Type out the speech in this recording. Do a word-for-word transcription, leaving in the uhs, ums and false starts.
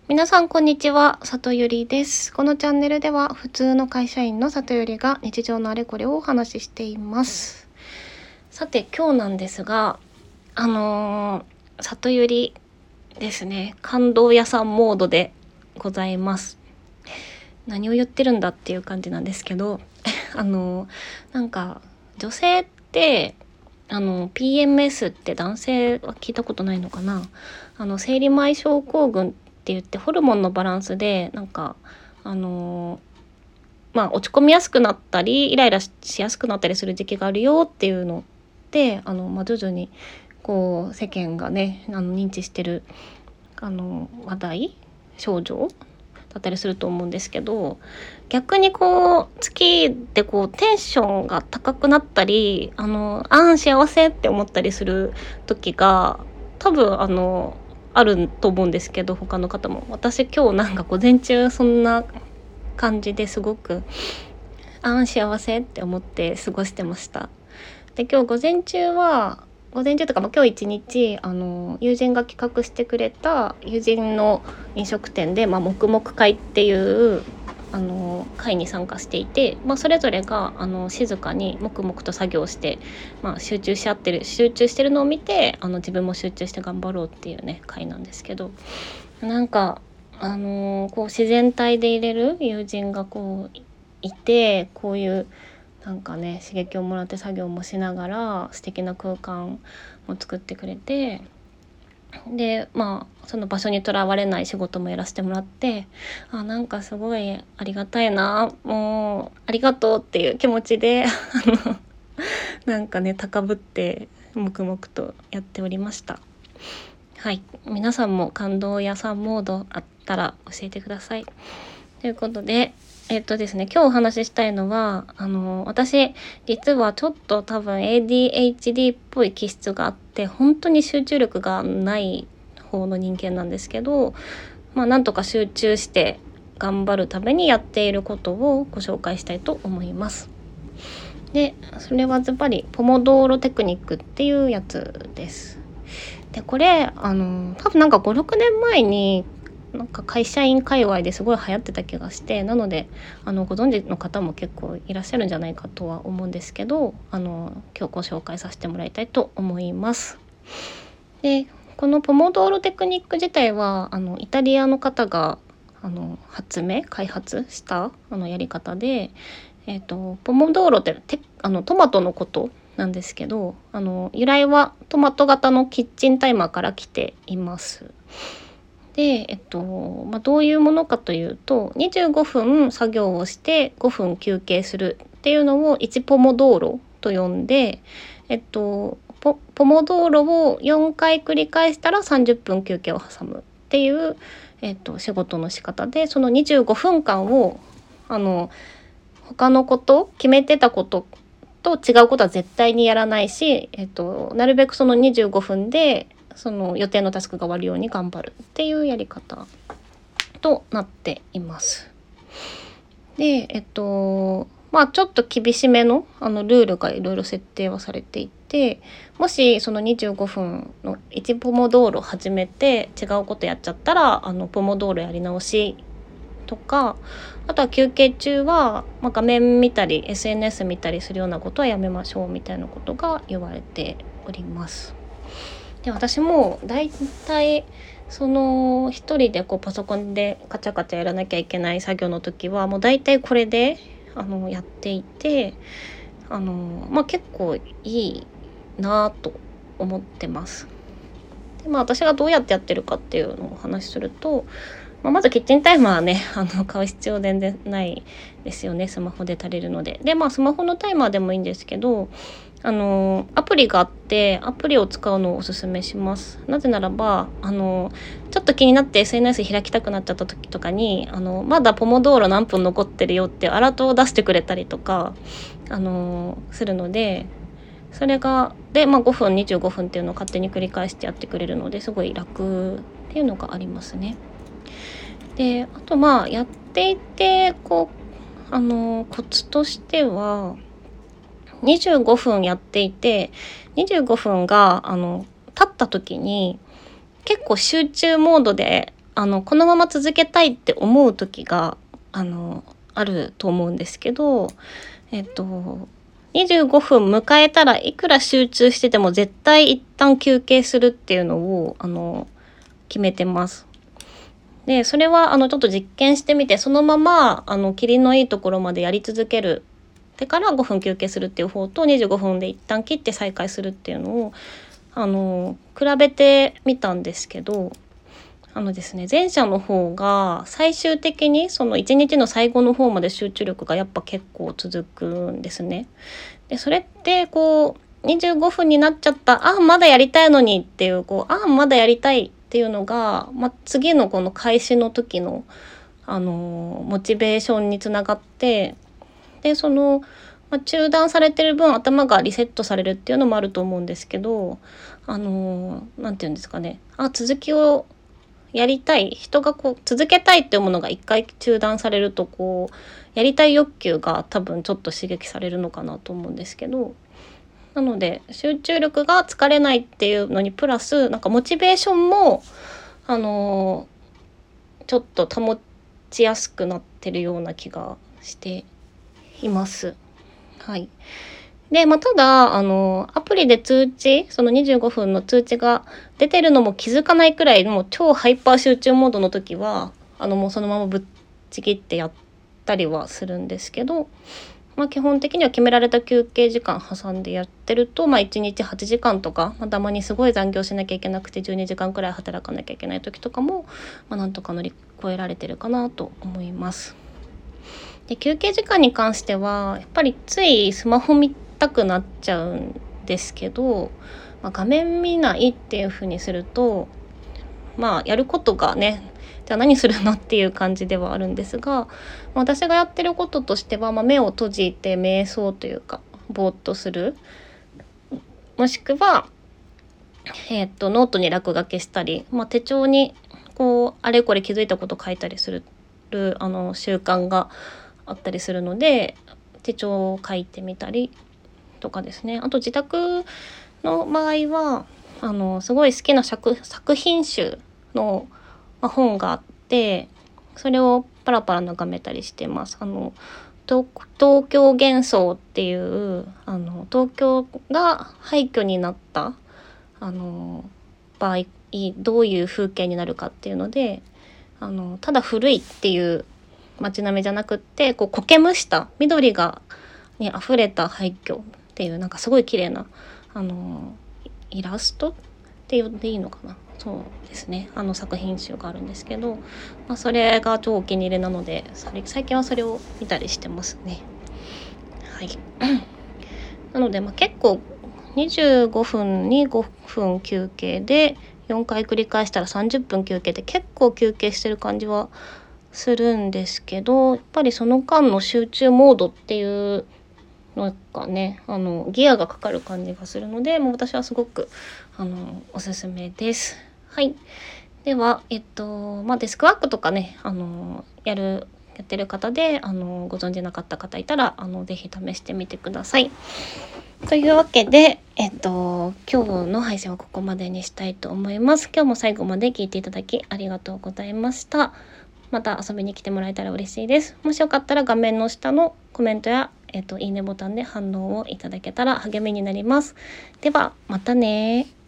皆さんこんにちは、里ゆりです。このチャンネルでは普通の会社員の里ゆりが日常のあれこれをお話ししています。さて今日なんですが、あのー、里ゆりですね、感動屋さんモードでございます。何を言ってるんだっていう感じなんですけどあのー、なんか女性ってあの ピーエムエス って男性は聞いたことないのかな。あの生理前症候群って言ってホルモンのバランスでなんかあのー、まあ落ち込みやすくなったりイライラしやすくなったりする時期があるよっていうので、あの、まあ、徐々にこう世間がねあの認知してるあの話題症状だったりすると思うんですけど、逆にこう月でこうテンションが高くなったり、あのあん幸せって思ったりする時が多分あのあると思うんですけど、他の方も。私今日なんか午前中そんな感じですごくあん幸せって思って過ごしてました。で今日午前中は午前中とか、まあ、今日一日あの友人が企画してくれた友人の飲食店で、まあ、黙々会っていうあの会に参加していて、まあ、それぞれがあの静かに黙々と作業して、まあ、集中し合ってる集中してるのを見て、あの自分も集中して頑張ろうっていうね会なんですけど、なんかあのこう自然体でいれる友人がこういて、こういうなんかね刺激をもらって作業もしながら素敵な空間を作ってくれて、でまあその場所にとらわれない仕事もやらせてもらって、あなんかすごいありがたいな、もうありがとうっていう気持ちであのなんかね高ぶって黙々とやっておりました。はい、皆さんも感動屋さんモードあったら教えてください。ということでえっとですね、今日お話ししたいのは、あの、私、実はちょっと多分 エーディーエイチディー っぽい気質があって、本当に集中力がない方の人間なんですけど、まあ、なんとか集中して頑張るためにやっていることをご紹介したいと思います。で、それはズバリ、ポモドーロテクニックっていうやつです。で、これ、あの、多分なんかご、ろくねんまえに、なんか会社員界隈ですごい流行ってた気がして、なのであのご存知の方も結構いらっしゃるんじゃないかとは思うんですけど、あの今日ご紹介させてもらいたいと思います。でこのポモドーロテクニック自体はあのイタリアの方があの発明開発したあのやり方で、えーと、ポモドーロっててあのトマトのことなんですけど、あの由来はトマト型のキッチンタイマーから来ています。で、えっとまあ、どういうものかというと、にじゅうごふん作業をしてごふん休憩するっていうのをいちポモドーロと呼んで、えっと、ポ, ポモドーロをよんかい繰り返したらさんじゅっぷん休憩を挟むっていう、えっと、仕事の仕方で、そのにじゅうごふんかんをあの他のこと決めてたことと違うことは絶対にやらないし、えっと、なるべくそのにじゅうごふんでその予定のタスクが終わるように頑張るっていうやり方となっています。で、えっとまあちょっと厳しめのあのルールがいろいろ設定はされていて、もしそのにじゅうごふんのいちポモドーロ始めて違うことやっちゃったら、あのポモドーロやり直しとか、あとは休憩中は、まあ、画面見たり エスエヌエス 見たりするようなことはやめましょうみたいなことが言われております。で私もだいたいその一人でこうパソコンでカチャカチャやらなきゃいけない作業の時はもうだいたいこれであのやっていて、あの、まあ、結構いいなと思ってます。で、まあ、私がどうやってやってるかっていうのをお話しすると、まあ、まずキッチンタイマーはねあの買う必要全然ないですよね。スマホで足りるので。でまあスマホのタイマーでもいいんですけど、あのアプリがあってアプリを使うのをおすすめします。なぜならばあのちょっと気になって エスエヌエス 開きたくなっちゃった時とかに、あのまだポモドーロ何分残ってるよってアラートを出してくれたりとかあのするので、それがで、まあ、ごふんにじゅうごふんっていうのを勝手に繰り返してやってくれるのですごい楽っていうのがありますね。であとまあやっていてこうあのコツとしては、にじゅうごふんやっていてにじゅうごふんがあの経った時に結構集中モードであのこのまま続けたいって思う時があのあると思うんですけど、えっとにじゅうごふん迎えたらいくら集中してても絶対一旦休憩するっていうのをあの決めてます。でそれはあのちょっと実験してみて、そのままあの霧のいいところまでやり続けるてからごふん休憩するっていう方と、にじゅうごふんで一旦切って再開するっていうのをあの比べてみたんですけど、あのですね、前者の方が最終的にそのいちにちの最後の方まで集中力がやっぱ結構続くんですね。でそれってこうにじゅうごふんになっちゃった、あまだやりたいのにっていう、こうあまだやりたいっていうのが、まあ、次のこの開始の時の、あのモチベーションにつながって、でその、まあ、中断されてる分頭がリセットされるっていうのもあると思うんですけど、あのなんていうんですかね、あ続きをやりたい人がこう続けたいっていうものが一回中断されると、こうやりたい欲求が多分ちょっと刺激されるのかなと思うんですけど、なので集中力が疲れないっていうのにプラス、なんかモチベーションもあのー、ちょっと保ちやすくなってるような気がしています。はい。で、まあ、ただあのアプリで通知、そのにじゅうごふんの通知が出てるのも気づかないくらい、もう超ハイパー集中モードの時はあのもうそのままぶっちぎってやったりはするんですけど、まあ、基本的には決められた休憩時間挟んでやってると、まあ、いちにちはちじかんとか、まあ、たまにすごい残業しなきゃいけなくてじゅうにじかんくらい働かなきゃいけない時とかも、まあ、なんとか乗り越えられてるかなと思います。で休憩時間に関してはやっぱりついスマホ見たくなっちゃうんですけど、まあ、画面見ないっていう風にすると、まあやることがね、じゃあ何するのっていう感じではあるんですが、私がやってることとしては、まあ、目を閉じて瞑想というかぼーっとする、もしくは、えー、っとノートに落書きしたり、まあ、手帳にこうあれこれ気づいたこと書いたりするあの習慣があったりするので、手帳を書いてみたりとかですね。あと自宅の場合はあのすごい好きな 作, 作品集の、まあ、本があって、それをパラパラ眺めたりしてます。あの東, 東京幻想っていうあの東京が廃墟になったあの場合どういう風景になるかっていうので、あのただ古いっていう街並みじゃなくって、こう苔むした緑がに溢れた廃墟っていう、なんかすごい綺麗なあのイラストって呼んでいいのかな、そうですね、あの作品集があるんですけど、まあ、それが超お気に入りなので最近はそれを見たりしてますね。はいなので、まあ、結構にじゅうごふんにごふん休憩でよんかい繰り返したらさんじゅっぷん休憩で結構休憩してる感じはするんですけど、やっぱりその間の集中モードっていうのがね、あのギアがかかる感じがするので、もう私はすごくあのおすすめです。はい。ではえっとまあデスクワークとかね、あのやるやってる方であのご存じなかった方いたら、あのぜひ試してみてください。というわけで、えっと今日の配信はここまでにしたいと思います。今日も最後まで聞いていただきありがとうございました。また遊びに来てもらえたら嬉しいです。もしよかったら画面の下のコメントや、えっと、いいねボタンで反応をいただけたら励みになります。ではまたね。